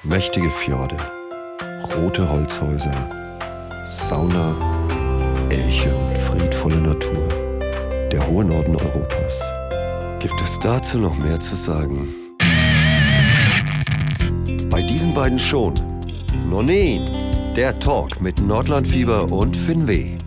Mächtige Fjorde, rote Holzhäuser, Sauna, Elche und friedvolle Natur. Der hohe Norden Europas. Gibt es dazu noch mehr zu sagen? Bei diesen beiden schon. Nonin, der Talk mit Nordlandfieber und Finweh.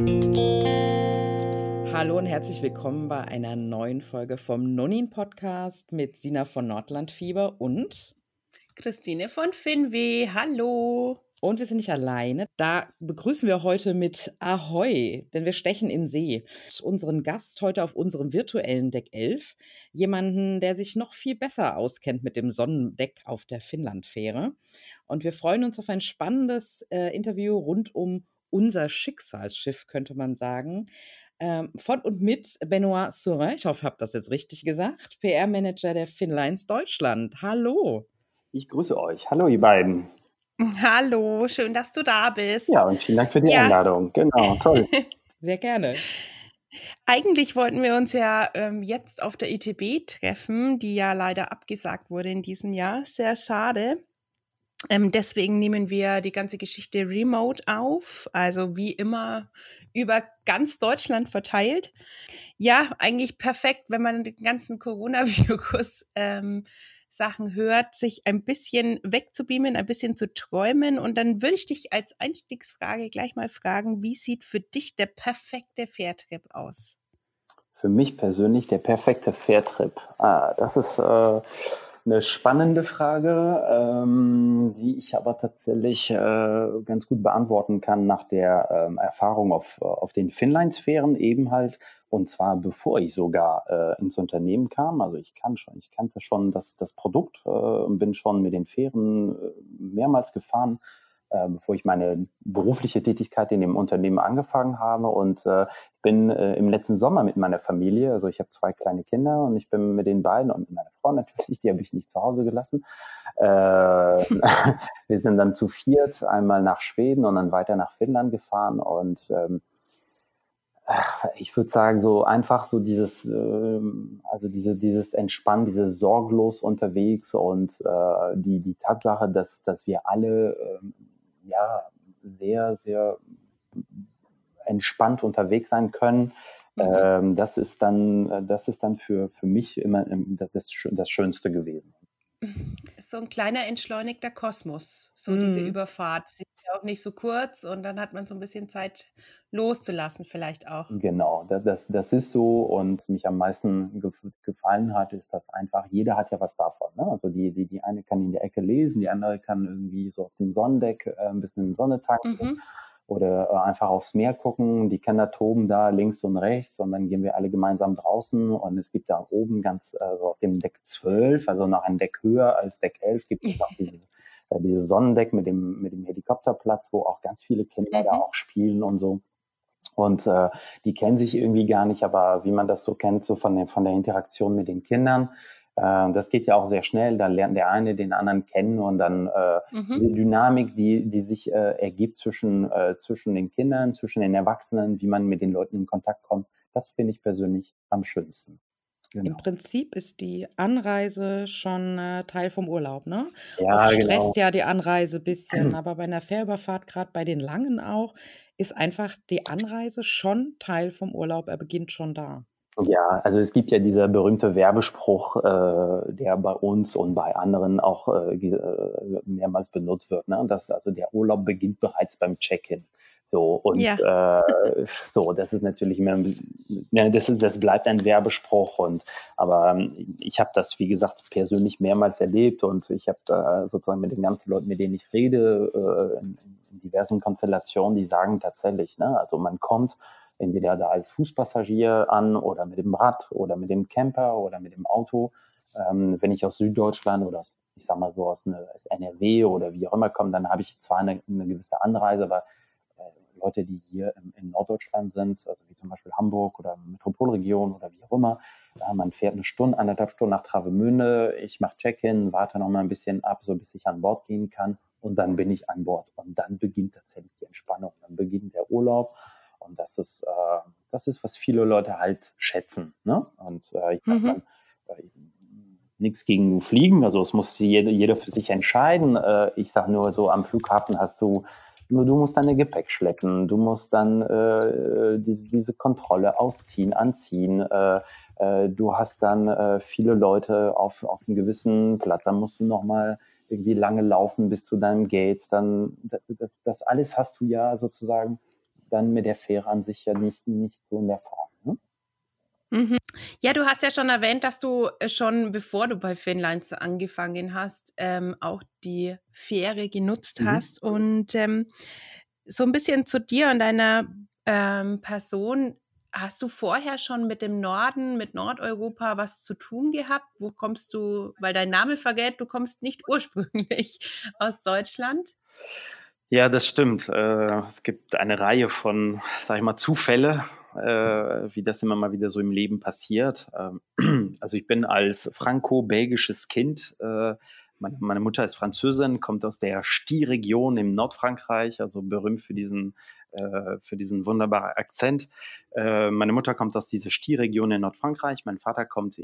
Hallo und herzlich willkommen bei einer neuen Folge vom Nonin-Podcast mit Sina von Nordlandfieber und Christine von Finweh. Hallo. Und wir sind nicht alleine. Da begrüßen wir heute mit Ahoi, denn wir stechen in See. Unseren Gast heute auf unserem virtuellen Deck 11, jemanden, der sich noch viel besser auskennt mit dem Sonnendeck auf der Finnlandfähre. Und wir freuen uns auf ein spannendes Interview rund um unser Schicksalsschiff, könnte man sagen. Von und mit Benoit Sourin, ich hoffe, ich habe das jetzt richtig gesagt, PR-Manager der Finnlines Deutschland. Hallo. Ich grüße euch. Hallo, ihr beiden. Hallo, schön, dass du da bist. Ja, und vielen Dank für die Einladung. Genau, toll. Sehr gerne. Eigentlich wollten wir uns ja jetzt auf der ITB treffen, die ja leider abgesagt wurde in diesem Jahr. Sehr schade. Deswegen nehmen wir die ganze Geschichte remote auf, also wie immer über ganz Deutschland verteilt. Ja, eigentlich perfekt, wenn man den ganzen Coronavirus Sachen hört, sich ein bisschen wegzubeamen, ein bisschen zu träumen. Und dann würde ich dich als Einstiegsfrage gleich mal fragen, wie sieht für dich der perfekte Fährtrip aus? Für mich persönlich der perfekte Fährtrip. Das ist eine spannende Frage, die ich aber tatsächlich ganz gut beantworten kann nach der Erfahrung auf den Finnlines-Fähren eben halt. Und zwar bevor ich sogar ins Unternehmen kam. Also ich kannte schon das Produkt und bin schon mit den Fähren mehrmals gefahren, bevor ich meine berufliche Tätigkeit in dem Unternehmen angefangen habe. Und bin im letzten Sommer mit meiner Familie, also ich habe 2 kleine Kinder und ich bin mit den beiden und mit meiner Frau natürlich, die habe ich nicht zu Hause gelassen. Wir sind dann zu 4 einmal nach Schweden und dann weiter nach Finnland gefahren und ich würde sagen, so einfach so dieses Entspannen, dieses sorglos unterwegs und die Tatsache, dass wir alle sehr, sehr entspannt unterwegs sein können. Das ist dann für mich immer das Schönste gewesen. Ist so ein kleiner entschleunigter Kosmos, so diese Überfahrt. Sie ist ja auch nicht so kurz und dann hat man so ein bisschen Zeit loszulassen vielleicht auch. Genau, das ist so und mich am meisten gefallen hat, ist, dass einfach jeder hat ja was davon. Ne? Also die eine kann in der Ecke lesen, die andere kann irgendwie so auf dem Sonnendeck ein bisschen Sonne tanken. Oder einfach aufs Meer gucken, die Kinder toben da links und rechts und dann gehen wir alle gemeinsam draußen und es gibt da oben ganz auf dem Deck 12, also noch ein Deck höher als Deck 11, gibt es auch dieses Sonnendeck mit dem Helikopterplatz, wo auch ganz viele Kinder da auch spielen und so. Und die kennen sich irgendwie gar nicht, aber wie man das so kennt, so von der Interaktion mit den Kindern, das geht ja auch sehr schnell, da lernt der eine den anderen kennen und dann diese Dynamik, die sich ergibt zwischen den Kindern, zwischen den Erwachsenen, wie man mit den Leuten in Kontakt kommt, das finde ich persönlich am schönsten. Genau. Im Prinzip ist die Anreise schon Teil vom Urlaub, ne? Ja, Oft genau. stresst ja die Anreise ein bisschen, aber bei einer Fährüberfahrt, gerade bei den langen auch, ist einfach die Anreise schon Teil vom Urlaub, er beginnt schon da. Ja, also es gibt ja dieser berühmte Werbespruch, der bei uns und bei anderen auch mehrmals benutzt wird, ne? Dass also der Urlaub beginnt bereits beim Check-in. So und das ist natürlich immer, das bleibt ein Werbespruch aber ich habe das, wie gesagt, persönlich mehrmals erlebt und ich habe sozusagen mit den ganzen Leuten, mit denen ich rede, in diversen Konstellationen, die sagen tatsächlich, ne, also man kommt entweder da als Fußpassagier an oder mit dem Rad oder mit dem Camper oder mit dem Auto. Wenn ich aus Süddeutschland oder ich sag mal so aus NRW oder wie auch immer komme, dann habe ich zwar eine gewisse Anreise, aber Leute, die hier in Norddeutschland sind, also wie zum Beispiel Hamburg oder Metropolregion oder wie auch immer, man fährt 1,5 Stunden nach Travemünde, ich mache Check-in, warte noch mal ein bisschen ab, so bis ich an Bord gehen kann und dann bin ich an Bord und dann beginnt tatsächlich die Entspannung, dann beginnt der Urlaub. Und das ist, was viele Leute halt schätzen. Ne? Und ich glaube, nichts gegen Fliegen, also es muss jeder für sich entscheiden. Ich sage nur so, am Flughafen du musst deine Gepäck schleppen, du musst dann diese Kontrolle ausziehen, anziehen. Du hast dann viele Leute auf einem gewissen Platz, dann musst du nochmal irgendwie lange laufen bis zu deinem Gate. Dann das alles hast du ja sozusagen dann mit der Fähre an sich ja nicht so in der Form. Ne? Mhm. Ja, du hast ja schon erwähnt, dass du schon, bevor du bei Finnlines angefangen hast, auch die Fähre genutzt hast. Und so ein bisschen zu dir und deiner Person. Hast du vorher schon mit dem Norden, mit Nordeuropa was zu tun gehabt? Wo kommst du, weil dein Name verrät, du kommst nicht ursprünglich aus Deutschland? Ja, das stimmt. Es gibt eine Reihe von, sag ich mal, Zufälle, wie das immer mal wieder so im Leben passiert. Also ich bin als franco-belgisches Kind, meine Mutter ist Französin, kommt aus der Sti-Region im Nordfrankreich, also berühmt für diesen wunderbaren Akzent. Meine Mutter kommt aus dieser Sti-Region in Nordfrankreich, mein Vater kommt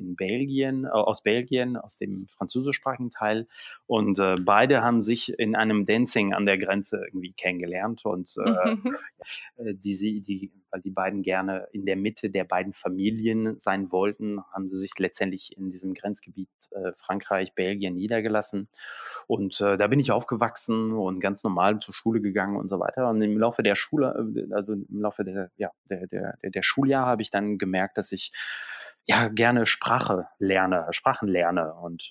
aus Belgien, aus dem französischsprachigen Teil. Und beide haben sich in einem Dancing an der Grenze irgendwie kennengelernt. Und weil die beiden gerne in der Mitte der beiden Familien sein wollten, haben sie sich letztendlich in diesem Grenzgebiet Frankreich, Belgien niedergelassen. Und da bin ich aufgewachsen und ganz normal zur Schule gegangen und so weiter. Und im Laufe der Schule, also im Laufe der Schuljahre habe ich dann gemerkt, dass ich ja gerne Sprachen lerne. Und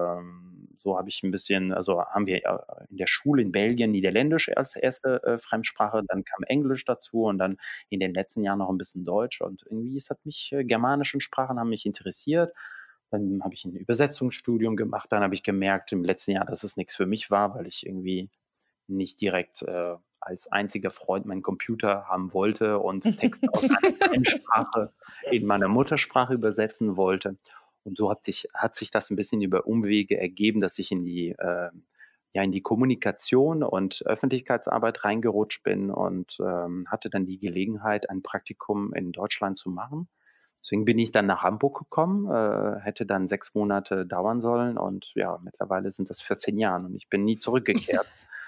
so habe ich haben wir in der Schule in Belgien Niederländisch als erste Fremdsprache, dann kam Englisch dazu und dann in den letzten Jahren noch ein bisschen Deutsch. Und irgendwie germanischen Sprachen haben mich interessiert. Dann habe ich ein Übersetzungsstudium gemacht. Dann habe ich gemerkt im letzten Jahr, dass es nichts für mich war, weil ich irgendwie nicht direkt als einziger Freund meinen Computer haben wollte und Texte aus einer Fremdsprache in meiner Muttersprache übersetzen wollte. Und so hat sich das ein bisschen über Umwege ergeben, dass ich in die Kommunikation und Öffentlichkeitsarbeit reingerutscht bin und hatte dann die Gelegenheit, ein Praktikum in Deutschland zu machen. Deswegen bin ich dann nach Hamburg gekommen, hätte dann 6 Monate dauern sollen und ja, mittlerweile sind das 14 Jahre und ich bin nie zurückgekehrt.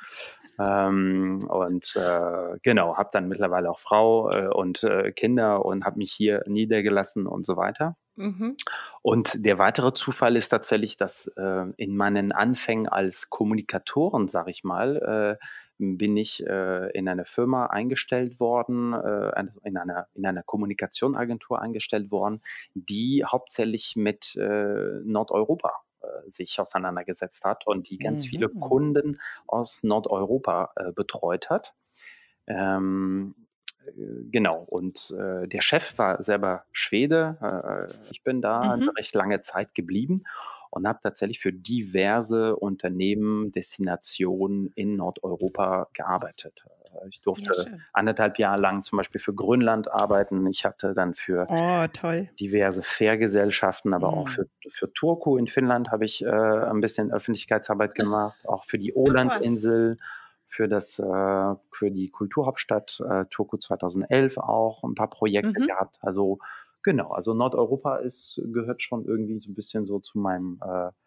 Genau, habe dann mittlerweile auch Frau und Kinder und habe mich hier niedergelassen und so weiter. Mhm. Und der weitere Zufall ist tatsächlich, dass in meinen Anfängen als Kommunikatoren, sage ich mal, bin ich in eine Firma eingestellt worden, in einer Kommunikationsagentur eingestellt worden, die hauptsächlich mit Nordeuropa sich auseinandergesetzt hat und die ganz viele Kunden aus Nordeuropa betreut hat. Genau, und der Chef war selber Schwede. Ich bin da eine recht lange Zeit geblieben und habe tatsächlich für diverse Unternehmen, Destinationen in Nordeuropa gearbeitet. Ich durfte 1,5 Jahre lang zum Beispiel für Grönland arbeiten. Ich hatte dann für diverse Fährgesellschaften, aber auch für Turku in Finnland habe ich ein bisschen Öffentlichkeitsarbeit gemacht, auch für die Åland-Insel. Für die Kulturhauptstadt Turku 2011 auch ein paar Projekte gehabt. Also genau, also Nordeuropa gehört schon irgendwie so ein bisschen so zu meinem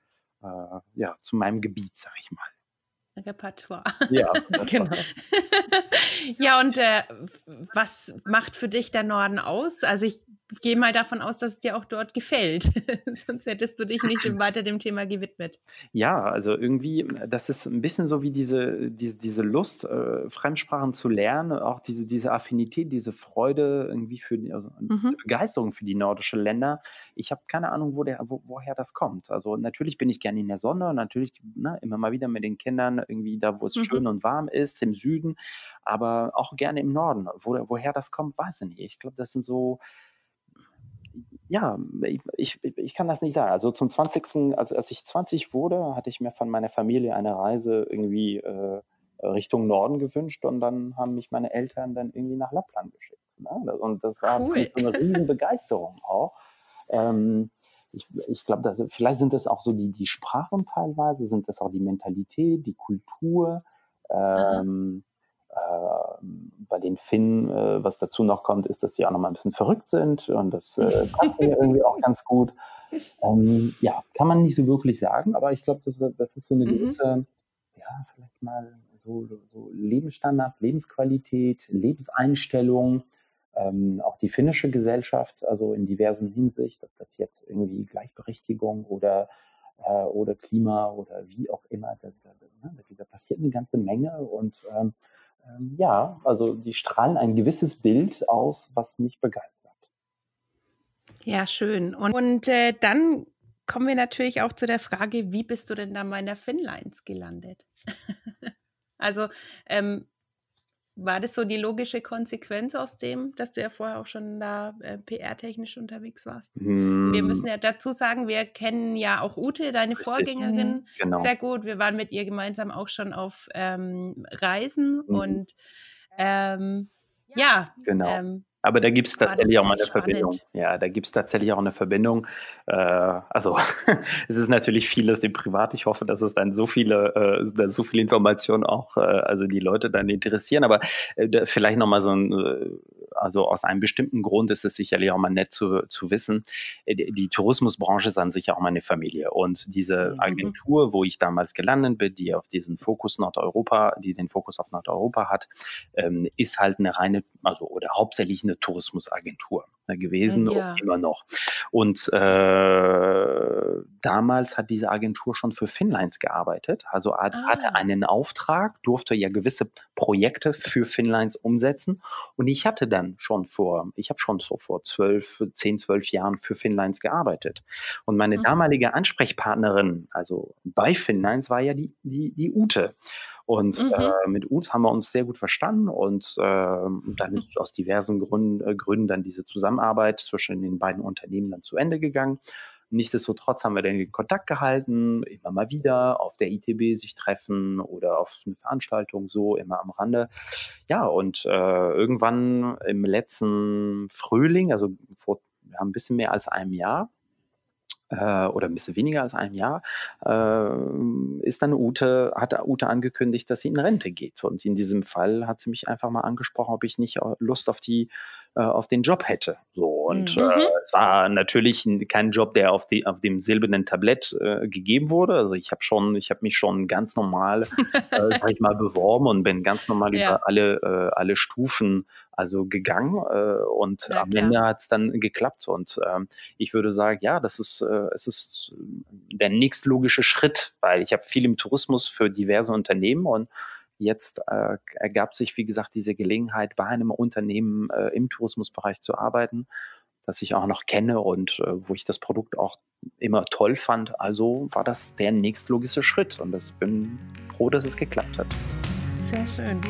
Gebiet, sag ich mal. Repertoire. Ja, genau. Ja, und was macht für dich der Norden aus? Also ich gehe mal davon aus, dass es dir auch dort gefällt. Sonst hättest du dich nicht weiter dem Thema gewidmet. Ja, also irgendwie, das ist ein bisschen so wie diese Lust, Fremdsprachen zu lernen, auch diese Affinität, diese Freude irgendwie diese Begeisterung für die nordischen Länder. Ich habe keine Ahnung, woher das kommt. Also natürlich bin ich gerne in der Sonne, natürlich immer mal wieder mit den Kindern irgendwie da, wo es schön und warm ist, im Süden, aber auch gerne im Norden. Woher das kommt, weiß ich nicht. Ich glaube, das sind so. Ja, ich kann das nicht sagen. Also zum 20., als ich 20 wurde, hatte ich mir von meiner Familie eine Reise irgendwie Richtung Norden gewünscht und dann haben mich meine Eltern dann irgendwie nach Lappland geschickt. Ne? Und das war so eine riesen Begeisterung auch. Ich glaube, vielleicht sind das auch so die Sprachen teilweise, sind das auch die Mentalität, die Kultur. Bei den Finnen, was dazu noch kommt, ist, dass die auch noch mal ein bisschen verrückt sind und das passt mir irgendwie auch ganz gut. Ja, kann man nicht so wirklich sagen, aber ich glaube, das ist so eine gewisse, ja, vielleicht mal so Lebensstandard, Lebensqualität, Lebenseinstellung, auch die finnische Gesellschaft, also in diversen Hinsicht, ob das jetzt irgendwie Gleichberechtigung oder Klima oder wie auch immer, da passiert eine ganze Menge und ja, also die strahlen ein gewisses Bild aus, was mich begeistert. Ja, schön. Und dann kommen wir natürlich auch zu der Frage, wie bist du denn da mal in der Finnlines gelandet? Also war das so die logische Konsequenz aus dem, dass du ja vorher auch schon da PR-technisch unterwegs warst? Wir müssen ja dazu sagen, wir kennen ja auch Ute, deine Richtig. Vorgängerin, Genau. sehr gut. Wir waren mit ihr gemeinsam auch schon auf Reisen und ja, Genau. Aber da gibt es tatsächlich auch mal eine gleich spannend. Verbindung. Ja, da gibt es tatsächlich auch eine Verbindung. Also es ist natürlich vieles im Privat. Ich hoffe, dass es dann so viele Informationen auch, also die Leute dann interessieren. Aber vielleicht nochmal also aus einem bestimmten Grund ist es sicherlich auch mal nett zu wissen, die Tourismusbranche ist an sich auch meine Familie. Und diese Agentur, wo ich damals gelandet bin, die den Fokus auf Nordeuropa hat, ist halt eine reine, also oder hauptsächlich eine Tourismusagentur gewesen und immer noch. Und damals hat diese Agentur schon für Finnlines gearbeitet, also hatte einen Auftrag, durfte ja gewisse Projekte für Finnlines umsetzen und ich habe schon vor 10, 12 Jahren für Finnlines gearbeitet. Und meine damalige Ansprechpartnerin, also bei Finnlines, war ja die Ute. Und mit Ute haben wir uns sehr gut verstanden und dann ist aus diversen Gründen dann diese Zusammenarbeit zwischen den beiden Unternehmen dann zu Ende gegangen. Nichtsdestotrotz haben wir dann in Kontakt gehalten, immer mal wieder auf der ITB sich treffen oder auf eine Veranstaltung so, immer am Rande. Ja, und irgendwann im letzten Frühling, also vor ein bisschen mehr als einem Jahr, oder ein bisschen weniger als einem Jahr, hat Ute angekündigt, dass sie in Rente geht. Und in diesem Fall hat sie mich einfach mal angesprochen, ob ich nicht Lust auf den Job hätte. So, und es war natürlich kein Job, der auf dem silbernen Tablett gegeben wurde. Also ich habe mich schon ganz normal, sag ich mal, beworben und bin ganz normal über alle Stufen also gegangen und am Ende hat es dann geklappt und ich würde sagen, ja, es ist der nächstlogische Schritt, weil ich habe viel im Tourismus für diverse Unternehmen und jetzt ergab sich, wie gesagt, diese Gelegenheit, bei einem Unternehmen im Tourismusbereich zu arbeiten, das ich auch noch kenne und wo ich das Produkt auch immer toll fand. Also war das der nächstlogische Schritt und ich bin froh, dass es geklappt hat. Sehr schön.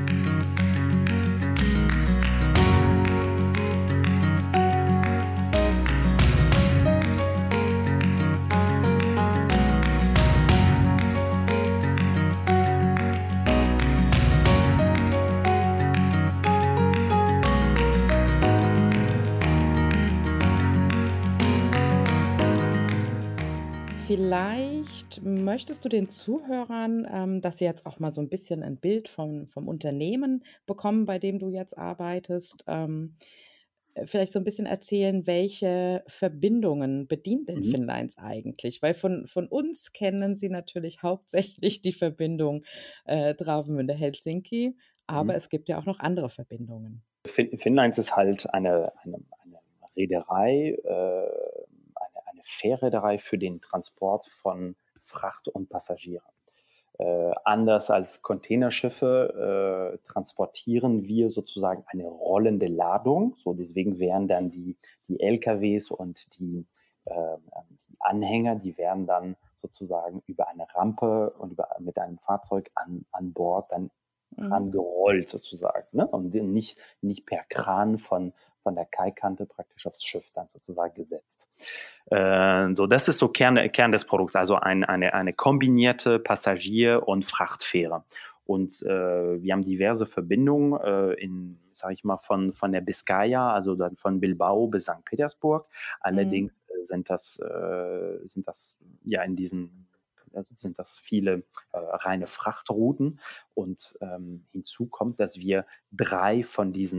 Vielleicht möchtest du den Zuhörern, dass sie jetzt auch mal so ein bisschen ein Bild vom Unternehmen bekommen, bei dem du jetzt arbeitest, vielleicht so ein bisschen erzählen, welche Verbindungen bedient denn Finnlines eigentlich? Weil von uns kennen sie natürlich hauptsächlich die Verbindung Travemünde-Helsinki, aber es gibt ja auch noch andere Verbindungen. Finnlines ist halt eine Reederei, eine Fährreederei für den Transport von Fracht und Passagieren. Anders als Containerschiffe transportieren wir sozusagen eine rollende Ladung. So deswegen wären dann die LKWs und die Anhänger, die werden dann sozusagen über eine Rampe und mit einem Fahrzeug an Bord dann rangerollt sozusagen, ne? Und nicht per Kran von der Kaikante praktisch aufs Schiff dann sozusagen gesetzt. So, das ist so Kern des Produkts, also eine kombinierte Passagier- und Frachtfähre. Und wir haben diverse Verbindungen sage ich mal, von der Biskaya, also dann von Bilbao bis St. Petersburg. Allerdings sind das ja sind das viele reine Frachtrouten und hinzu kommt, dass wir 3 von diesen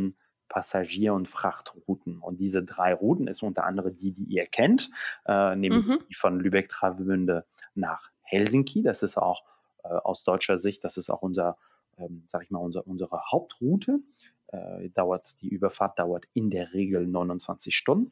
Passagier- und Frachtrouten. Und diese 3 Routen ist unter anderem die ihr kennt, nämlich die von Lübeck-Travemünde nach Helsinki. Das ist auch aus deutscher Sicht, das ist auch unsere Hauptroute. Die Überfahrt dauert in der Regel 29 Stunden.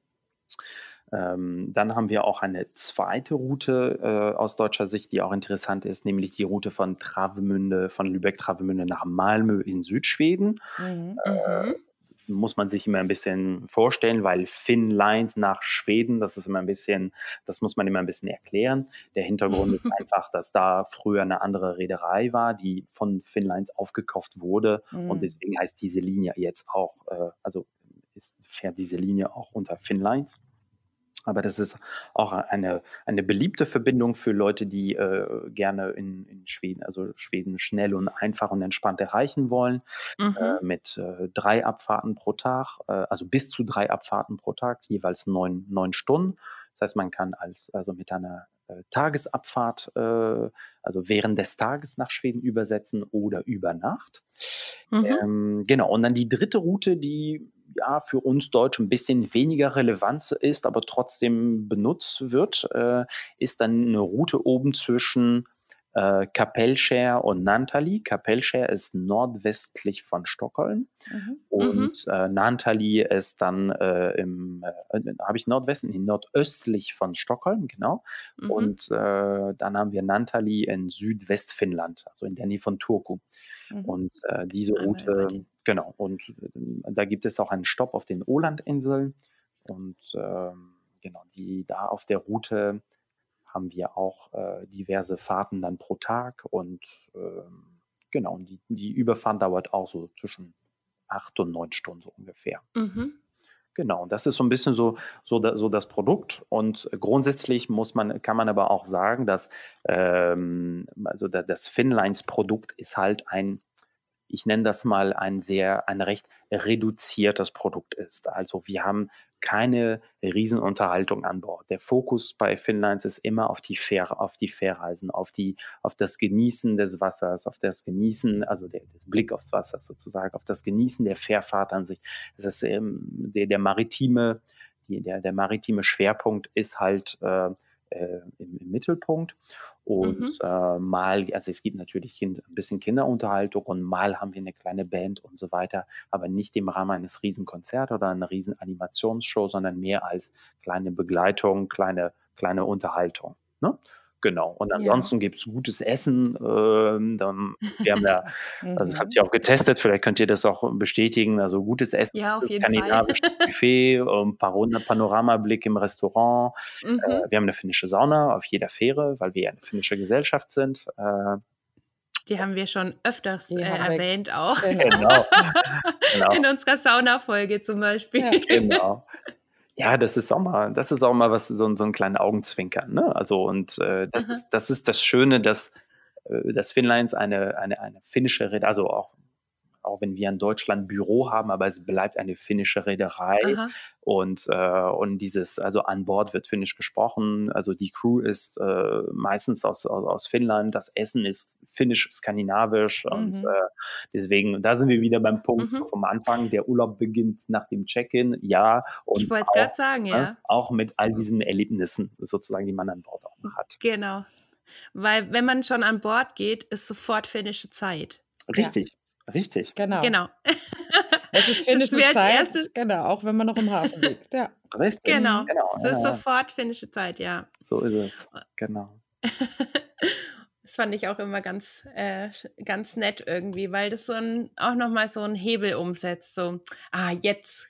Dann haben wir auch eine zweite Route aus deutscher Sicht, die auch interessant ist, nämlich die Route von Lübeck-Travemünde nach Malmö in Südschweden. Das muss man sich immer ein bisschen vorstellen, weil Finnlines nach Schweden, das muss man immer ein bisschen erklären. Der Hintergrund ist einfach, dass da früher eine andere Reederei war, die von Finnlines aufgekauft wurde und deswegen heißt diese Linie jetzt auch, fährt diese Linie auch unter Finnlines. Aber das ist auch eine beliebte Verbindung für Leute, die gerne in Schweden, also Schweden schnell und einfach und entspannt erreichen wollen, mit 3 Abfahrten pro Tag, also bis zu 3 Abfahrten pro Tag, jeweils 9 Stunden. Das heißt, man kann mit einer Tagesabfahrt, also während des Tages nach Schweden übersetzen oder über Nacht. Genau, und dann die dritte Route, die für uns Deutsche ein bisschen weniger relevant ist, aber trotzdem benutzt wird, ist dann eine Route oben zwischen Kapellskär und Naantali. Kapellskär ist nordwestlich von Stockholm und Naantali ist dann nordöstlich von Stockholm, genau. Und dann haben wir Naantali in Südwestfinnland, also in der Nähe von Turku. Und diese Route, genau, und da gibt es auch einen Stopp auf den Ålandinseln und genau, da auf der Route haben wir auch diverse Fahrten dann pro Tag und genau, und die Überfahrt dauert auch so zwischen 8 und 9 Stunden so ungefähr. Genau, und das ist so ein bisschen so das Produkt und grundsätzlich kann man aber auch sagen, dass das Finnlines-Produkt ist halt ich nenne das mal ein recht reduziertes Produkt ist. Also wir haben keine Riesenunterhaltung an Bord. Der Fokus bei Finnlines ist immer auf die Fährreisen, auf das Genießen des Wassers, auf das Genießen, also des Blick aufs Wasser sozusagen, auf das Genießen der Fährfahrt an sich. Das ist der maritime Schwerpunkt ist halt im Mittelpunkt und also es gibt natürlich ein bisschen Kinderunterhaltung und mal haben wir eine kleine Band und so weiter, aber nicht im Rahmen eines Riesenkonzerts oder einer riesen Animationsshow, sondern mehr als kleine Begleitung, kleine Unterhaltung, ne? Genau. Und ansonsten gibt es gutes Essen. Wir haben da, also das habt ihr auch getestet, vielleicht könnt ihr das auch bestätigen. Also gutes Essen, auf jeden skandinavisches Buffet, Panoramablick im Restaurant. Wir haben eine finnische Sauna auf jeder Fähre, weil wir ja eine finnische Gesellschaft sind. Die haben wir schon öfters erwähnt auch. Genau. In unserer Sauna-Folge zum Beispiel. Ja, genau. Ja, das ist auch mal was, so ein kleiner Augenzwinkern, ne? Also, und das ist das Schöne, dass Finnlines eine finnische Reederei, also auch wenn wir in Deutschland Büro haben, aber es bleibt eine finnische Reederei und also an Bord wird Finnisch gesprochen, also die Crew ist meistens aus Finnland, das Essen ist finnisch-skandinavisch und deswegen, da sind wir wieder beim Punkt vom Anfang, der Urlaub beginnt nach dem Check-in, und ich wollte es gerade sagen, auch mit all diesen Erlebnissen sozusagen, die man an Bord auch hat. Genau, weil wenn man schon an Bord geht, ist sofort finnische Zeit. Richtig. Richtig. Genau. Es ist finnische Zeit, genau, auch wenn man noch im Hafen liegt. Ja. Richtig. Genau. Es ist sofort finnische Zeit, ja. So ist es, genau. Das fand ich auch immer ganz nett irgendwie, weil das auch nochmal so einen Hebel umsetzt. So, jetzt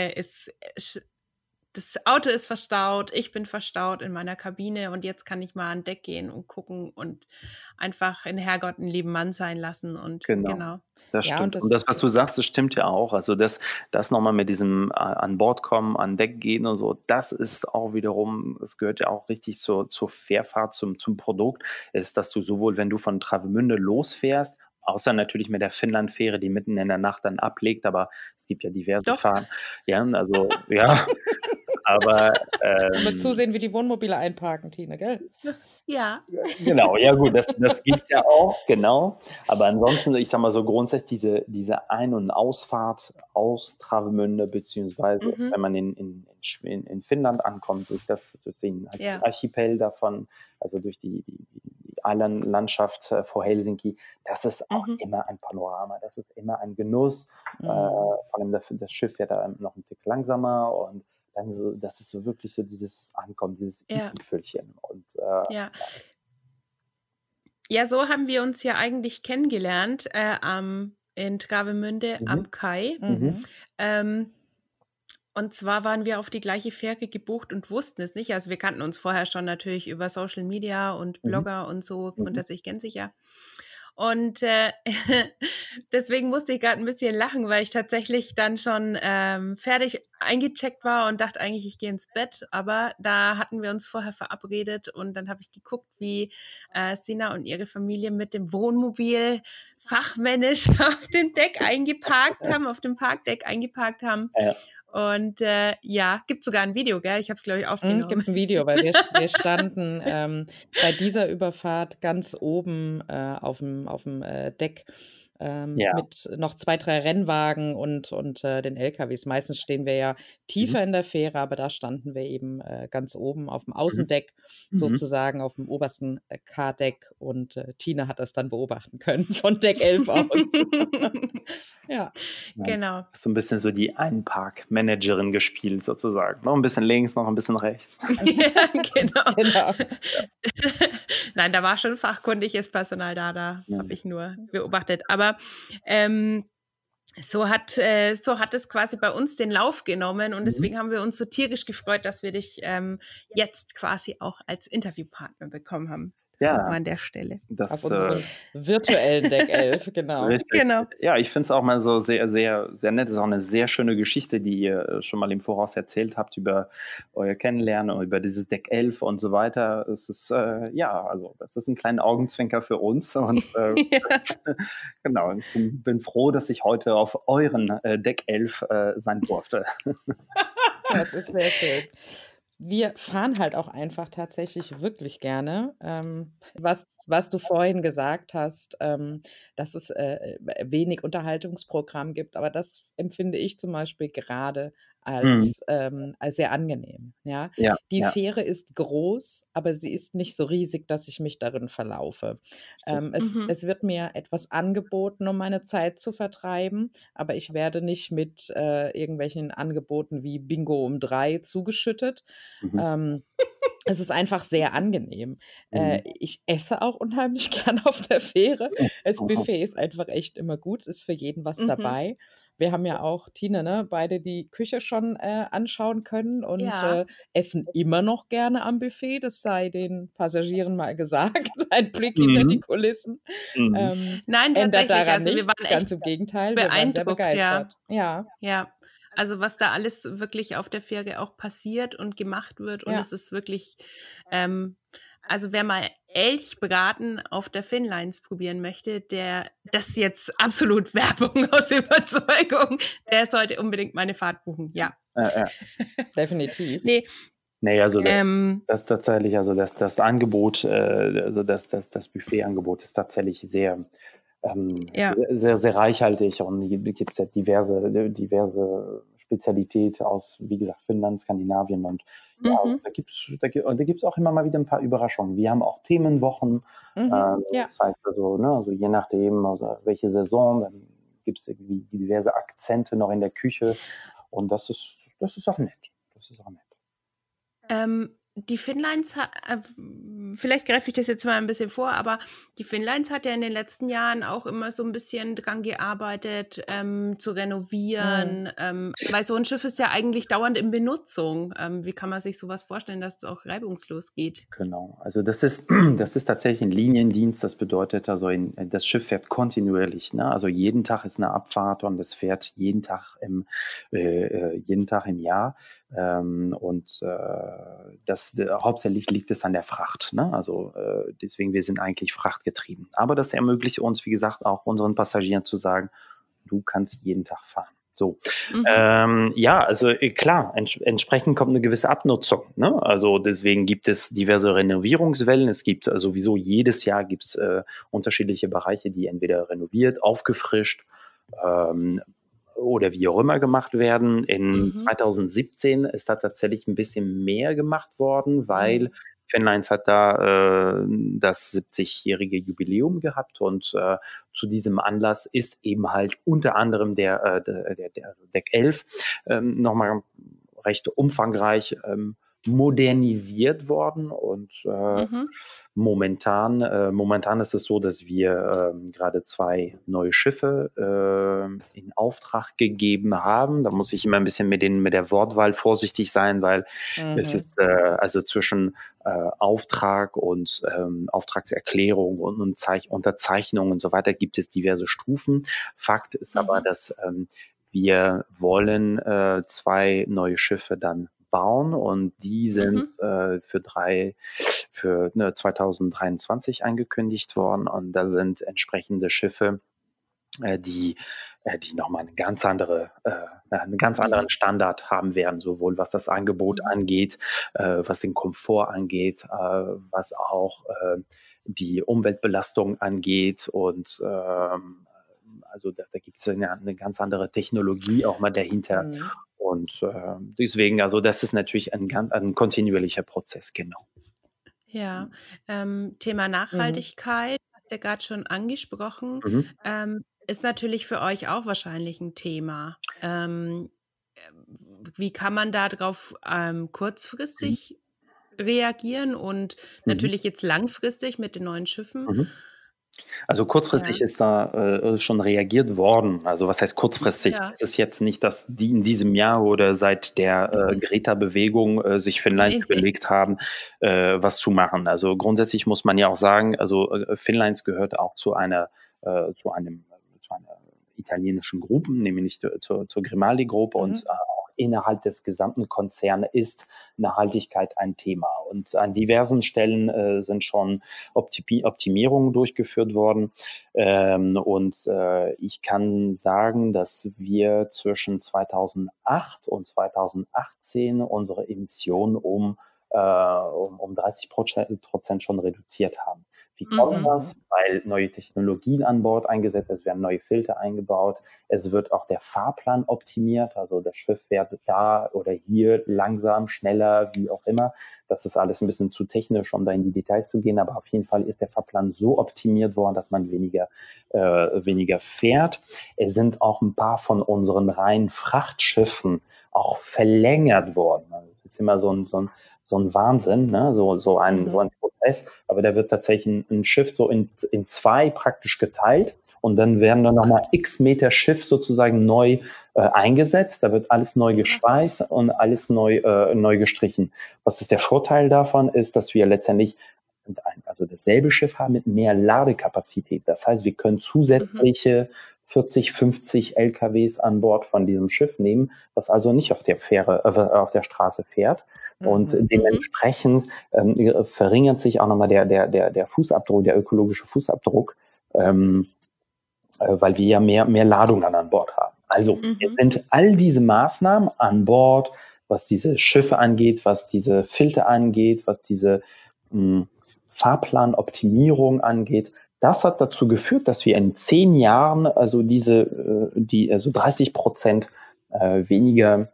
das Auto ist verstaut, ich bin verstaut in meiner Kabine und jetzt kann ich mal an Deck gehen und gucken und einfach in Herrgott einen lieben Mann sein lassen. Und genau. Das stimmt. Und das, was du sagst, das stimmt ja auch. Also das nochmal mit diesem an Bord kommen, an Deck gehen und so, das ist auch wiederum, das gehört ja auch richtig zur Fährfahrt, zum Produkt, ist, dass du sowohl, wenn du von Travemünde losfährst, außer natürlich mit der Finnland-Fähre, die mitten in der Nacht dann ablegt, aber es gibt ja diverse Fahrten. Ja, also, ja. Aber Mal zusehen, wie die Wohnmobile einparken, Tine, gell? Ja. genau, ja gut, das gibt es ja auch, genau. Aber ansonsten, ich sag mal so grundsätzlich diese Ein- und Ausfahrt aus Travemünde, beziehungsweise wenn man in Finnland ankommt, durch den Archipel davon, also durch die Island-Landschaft vor Helsinki, das ist auch immer ein Panorama, das ist immer ein Genuss. Vor allem das Schiff fährt da noch ein Tick langsamer und dann so, das ist so wirklich so dieses Ankommen, dieses Tüpfelchen. Und ja, so haben wir uns ja eigentlich kennengelernt in Travemünde am Kai. Und zwar waren wir auf die gleiche Fähre gebucht und wussten es nicht. Also wir kannten uns vorher schon natürlich über Social Media und Blogger und so, und das ich kennt sich ja. Und deswegen musste ich gerade ein bisschen lachen, weil ich tatsächlich dann schon fertig eingecheckt war und dachte eigentlich, ich gehe ins Bett. Aber da hatten wir uns vorher verabredet und dann habe ich geguckt, wie Sina und ihre Familie mit dem Wohnmobil fachmännisch auf dem Parkdeck eingeparkt haben. Ja. Und gibt sogar ein Video, gell? Ich habe es, glaube ich, aufgenommen. Es gibt ein Video, weil wir standen bei dieser Überfahrt ganz oben auf dem Deck mit noch 2, 3 Rennwagen und den LKWs. Meistens stehen wir ja tiefer in der Fähre, aber da standen wir eben ganz oben auf dem Außendeck, sozusagen auf dem obersten K-Deck, und Tine hat das dann beobachten können von Deck 11 aus. Ja, genau. So ein bisschen so die Einpark-Managerin gespielt sozusagen. Noch ein bisschen links, noch ein bisschen rechts. Ja, genau. Nein, da war schon fachkundiges Personal da habe ich nur beobachtet. Aber so hat es quasi bei uns den Lauf genommen und deswegen haben wir uns so tierisch gefreut, dass wir dich jetzt quasi auch als Interviewpartner bekommen haben. Ja, an der Stelle. Auf unserem virtuellen Deck 11, genau. Richtig. Genau. Ja, ich finde es auch mal so sehr, sehr, sehr nett. Es ist auch eine sehr schöne Geschichte, die ihr schon mal im Voraus erzählt habt über euer Kennenlernen und über dieses Deck 11 und so weiter. Es ist, also das ist ein kleiner Augenzwinker für uns. Und genau, ich bin froh, dass ich heute auf euren Deck 11 sein durfte. Das ist sehr schön. Wir fahren halt auch einfach tatsächlich wirklich gerne. Was du vorhin gesagt hast, dass es wenig Unterhaltungsprogramm gibt, aber das empfinde ich zum Beispiel gerade als sehr angenehm. Ja? Die Fähre ist groß, aber sie ist nicht so riesig, dass ich mich darin verlaufe. Es wird mir etwas angeboten, um meine Zeit zu vertreiben, aber ich werde nicht mit irgendwelchen Angeboten wie Bingo um 3 zugeschüttet. Es ist einfach sehr angenehm. Ich esse auch unheimlich gern auf der Fähre. Das Buffet ist einfach echt immer gut. Es ist für jeden was dabei. Wir haben ja auch, Tine, beide die Küche schon anschauen können und essen immer noch gerne am Buffet. Das sei den Passagieren mal gesagt. Ein Blick hinter die Kulissen. Nein, ändert daran also nichts. Wir waren echt ganz im Gegenteil. Wir waren sehr begeistert. Ja. Also was da alles wirklich auf der Fähre auch passiert und gemacht wird. Und es ist wirklich, also wer mal Elchbraten auf der Finnlines probieren möchte, das ist jetzt absolut Werbung aus Überzeugung, der sollte unbedingt meine Fahrt buchen. Ja. Definitiv. Nee, also das tatsächlich, also das Angebot, also das Buffet-Angebot ist tatsächlich sehr, sehr, sehr reichhaltig und gibt es ja diverse Spezialitäten aus, wie gesagt, Finnland, Skandinavien und da gibt's auch immer mal wieder ein paar Überraschungen. Wir haben auch Themenwochen, das heißt also je nachdem, also welche Saison, dann gibt es irgendwie diverse Akzente noch in der Küche und das ist auch nett. Die Finnlines, vielleicht greife ich das jetzt mal ein bisschen vor, aber die Finnlines hat ja in den letzten Jahren auch immer so ein bisschen dran gearbeitet, zu renovieren, weil so ein Schiff ist ja eigentlich dauernd in Benutzung. Wie kann man sich sowas vorstellen, dass es auch reibungslos geht? Genau, also das ist tatsächlich ein Liniendienst, das bedeutet also, das Schiff fährt kontinuierlich, ne? Also jeden Tag ist eine Abfahrt und es fährt jeden Tag im Jahr. Hauptsächlich liegt es an der Fracht, ne? Also deswegen, wir sind eigentlich frachtgetrieben. Aber das ermöglicht uns, wie gesagt, auch unseren Passagieren zu sagen, du kannst jeden Tag fahren. So, ja, also klar, entsprechend kommt eine gewisse Abnutzung. Ne? Also deswegen gibt es diverse Renovierungswellen. Es gibt sowieso jedes Jahr gibt's unterschiedliche Bereiche, die entweder renoviert, aufgefrischt oder wie auch immer gemacht werden. In 2017 ist da tatsächlich ein bisschen mehr gemacht worden, weil Finnlines hat da das 70-jährige Jubiläum gehabt und zu diesem Anlass ist eben halt unter anderem der Deck 11 nochmal recht umfangreich modernisiert worden und momentan ist es so, dass wir gerade 2 neue Schiffe in Auftrag gegeben haben. Da muss ich immer ein bisschen mit der Wortwahl vorsichtig sein, weil es ist also zwischen Auftrag und Auftragserklärung und Unterzeichnung und so weiter gibt es diverse Stufen. Fakt ist aber, dass wir wollen 2 neue Schiffe dann bauen und die sind für 2023 angekündigt worden und da sind entsprechende Schiffe, die nochmal einen ganz anderen Standard haben werden, sowohl was das Angebot angeht, was den Komfort angeht, was auch die Umweltbelastung angeht und also da gibt es eine ganz andere Technologie auch mal dahinter. Und deswegen, also das ist natürlich ein kontinuierlicher Prozess, genau. Ja, Thema Nachhaltigkeit, hast du ja gerade schon angesprochen, ist natürlich für euch auch wahrscheinlich ein Thema. Wie kann man darauf kurzfristig reagieren und natürlich jetzt langfristig mit den neuen Schiffen? Also kurzfristig ist da schon reagiert worden. Also was heißt kurzfristig? Es ist jetzt nicht, dass die in diesem Jahr oder seit der Greta-Bewegung sich Finnlines überlegt haben, was zu machen. Also grundsätzlich muss man ja auch sagen, also Finnlines gehört auch zu einer italienischen Gruppe, nämlich zur Grimaldi-Gruppe und auch innerhalb des gesamten Konzerns ist Nachhaltigkeit ein Thema. Und an diversen Stellen sind schon Optimierungen durchgeführt worden. Ich kann sagen, dass wir zwischen 2008 und 2018 unsere Emissionen um 30% schon reduziert haben. Wie kommt das? Weil neue Technologien an Bord eingesetzt, es werden neue Filter eingebaut, es wird auch der Fahrplan optimiert, also das Schiff fährt da oder hier langsam, schneller, wie auch immer. Das ist alles ein bisschen zu technisch, um da in die Details zu gehen, aber auf jeden Fall ist der Fahrplan so optimiert worden, dass man weniger fährt. Es sind auch ein paar von unseren reinen Frachtschiffen auch verlängert worden. Also es ist immer so ein Wahnsinn, ne? so ein Prozess, aber da wird tatsächlich ein Schiff so in 2 praktisch geteilt und dann werden dann nochmal x Meter Schiff sozusagen neu eingesetzt, da wird alles neu geschweißt und alles neu gestrichen. Was ist der Vorteil davon, ist, dass wir letztendlich also dasselbe Schiff haben mit mehr Ladekapazität. Das heißt, wir können zusätzliche 40, 50 LKWs an Bord von diesem Schiff nehmen, was also nicht auf der Straße fährt. Und dementsprechend verringert sich auch nochmal der Fußabdruck, der ökologische Fußabdruck, weil wir ja mehr Ladung an Bord haben. Also es sind all diese Maßnahmen an Bord, was diese Schiffe angeht, was diese Filter angeht, was diese Fahrplanoptimierung angeht. Das hat dazu geführt, dass wir in 10 Jahren also 30% weniger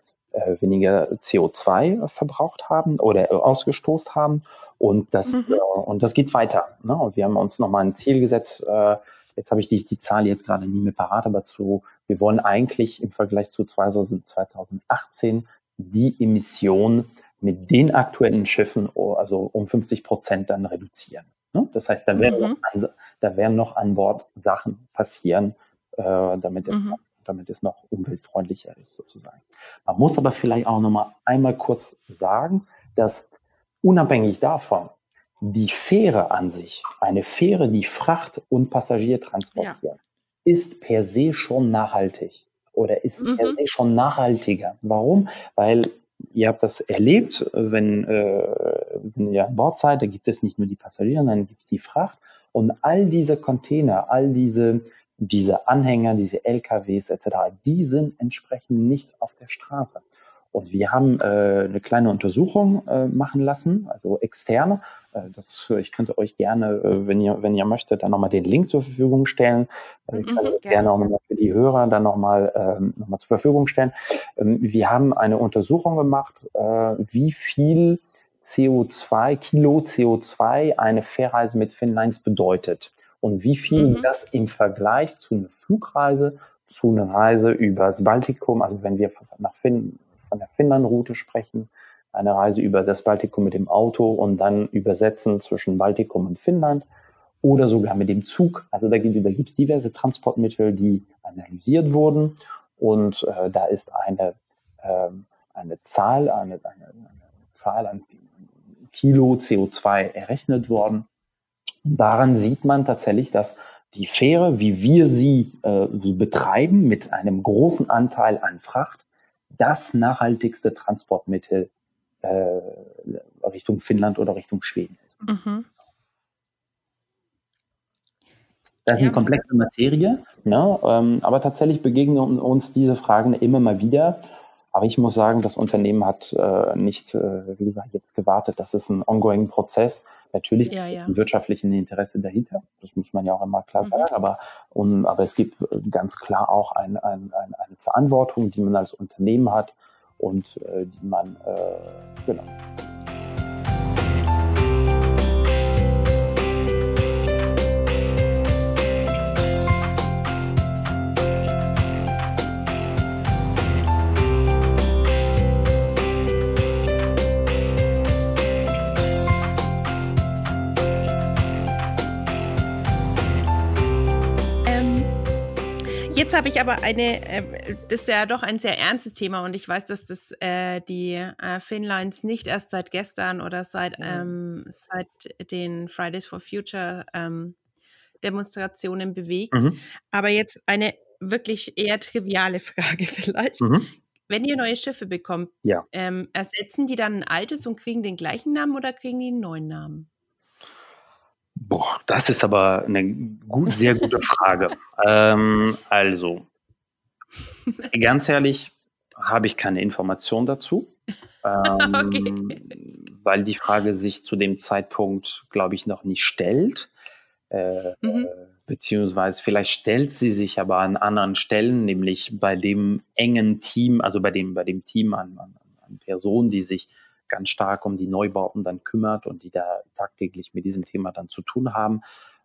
CO2 verbraucht haben oder ausgestoßen haben und das geht weiter. Ne? Und wir haben uns nochmal ein Ziel gesetzt, jetzt habe ich die Zahl jetzt gerade nie mehr parat, aber wir wollen eigentlich im Vergleich zu 2018 die Emissionen mit den aktuellen Schiffen also um 50% dann reduzieren. Ne? Das heißt, da werden noch an Bord Sachen passieren, damit es noch umweltfreundlicher ist sozusagen. Man muss aber vielleicht auch noch mal einmal kurz sagen, dass unabhängig davon die Fähre an sich, eine Fähre, die Fracht und Passagier transportiert, ist per se schon nachhaltig oder ist per se schon nachhaltiger. Warum? Weil ihr habt das erlebt, wenn ihr an Bord seid, da gibt es nicht nur die Passagiere, sondern gibt es die Fracht und all diese Container, all diese diese Anhänger, diese LKWs etc., die sind entsprechend nicht auf der Straße. Und wir haben eine kleine Untersuchung machen lassen, also externe. Ich könnte euch gerne, wenn ihr möchtet, dann nochmal den Link zur Verfügung stellen. Ich kann das gerne auch nochmal für die Hörer dann nochmal zur Verfügung stellen. Wir haben eine Untersuchung gemacht, wie viel Kilo CO2 eine Fährreise mit Finnlines bedeutet und wie viel das im Vergleich zu einer Flugreise, zu einer Reise übers Baltikum, also wenn wir von der Finnland-Route sprechen, eine Reise über das Baltikum mit dem Auto und dann übersetzen zwischen Baltikum und Finnland oder sogar mit dem Zug. Also da gibt es diverse Transportmittel, die analysiert wurden und da ist eine Zahl an Kilo CO2 errechnet worden. Und daran sieht man tatsächlich, dass die Fähre, wie wir sie betreiben, mit einem großen Anteil an Fracht, das nachhaltigste Transportmittel Richtung Finnland oder Richtung Schweden ist. Das ist eine komplexe Materie, ne? Aber tatsächlich begegnen uns diese Fragen immer mal wieder. Aber ich muss sagen, das Unternehmen hat nicht, wie gesagt, jetzt gewartet. Das ist ein ongoing Prozess. Natürlich ist ein wirtschaftliches Interesse dahinter. Das muss man ja auch immer klar sagen. Aber es gibt ganz klar auch eine Verantwortung, die man als Unternehmen hat und die man, genau. Jetzt habe ich aber das ist ja doch ein sehr ernstes Thema und ich weiß, dass das die Finnlines nicht erst seit gestern oder seit den Fridays for Future Demonstrationen bewegt. Aber jetzt eine wirklich eher triviale Frage vielleicht. Wenn ihr neue Schiffe bekommt, ersetzen die dann ein altes und kriegen den gleichen Namen oder kriegen die einen neuen Namen? Boah, das ist aber eine sehr gute Frage. Also, ganz ehrlich, habe ich keine Information dazu, weil die Frage sich zu dem Zeitpunkt, glaube ich, noch nicht stellt. Beziehungsweise vielleicht stellt sie sich aber an anderen Stellen, nämlich bei dem engen Team, also bei dem Team an Personen, die sich ganz stark um die Neubauten dann kümmert und die da tagtäglich mit diesem Thema dann zu tun haben.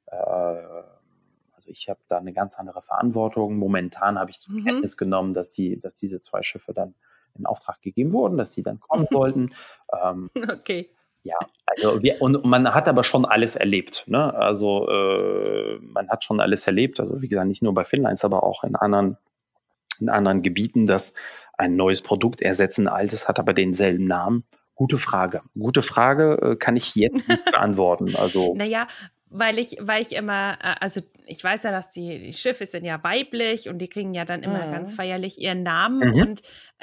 Also ich habe da eine ganz andere Verantwortung. Momentan habe ich zur Kenntnis genommen, dass diese 2 Schiffe dann in Auftrag gegeben wurden, dass die dann kommen sollten. Okay. Ja, also und man hat aber schon alles erlebt, ne? Also man hat schon alles erlebt, also wie gesagt, nicht nur bei Finnlines, aber auch in anderen Gebieten, dass ein neues Produkt ersetzt ein altes, hat aber denselben Namen. Gute Frage, kann ich jetzt nicht beantworten. Also naja, weil ich immer, also ich weiß ja, dass die Schiffe sind ja weiblich und die kriegen ja dann immer ganz feierlich ihren Namen und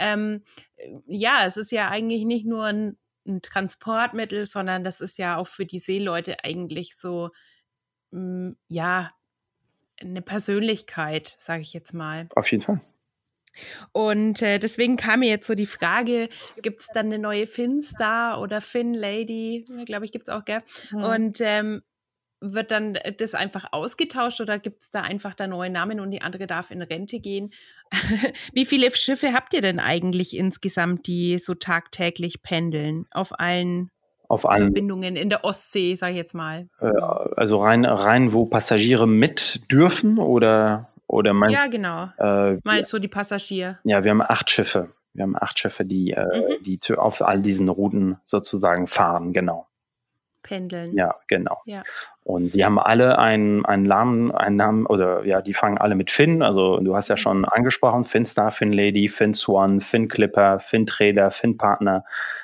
es ist ja eigentlich nicht nur ein Transportmittel, sondern das ist ja auch für die Seeleute eigentlich so, eine Persönlichkeit, sage ich jetzt mal. Auf jeden Fall. Und deswegen kam mir jetzt so die Frage, gibt es dann eine neue Finstar oder Finlady? Glaube ich, gibt es auch, gell? Und wird dann das einfach ausgetauscht oder gibt es da einfach da neue Namen und die andere darf in Rente gehen? Wie viele Schiffe habt ihr denn eigentlich insgesamt, die so tagtäglich pendeln auf allen Verbindungen in der Ostsee, sage ich jetzt mal? Also rein, wo Passagiere mit dürfen oder ja, genau. Mal so die Passagiere. Ja, wir haben 8 Schiffe. Die auf all diesen Routen sozusagen fahren, genau. Pendeln. Ja, genau. Ja. Und die haben alle einen Namen, oder ja, die fangen alle mit Finn. Also du hast ja schon angesprochen, Finstar, Finlady, Finswan, Finclipper, Fintrader, Finpartner.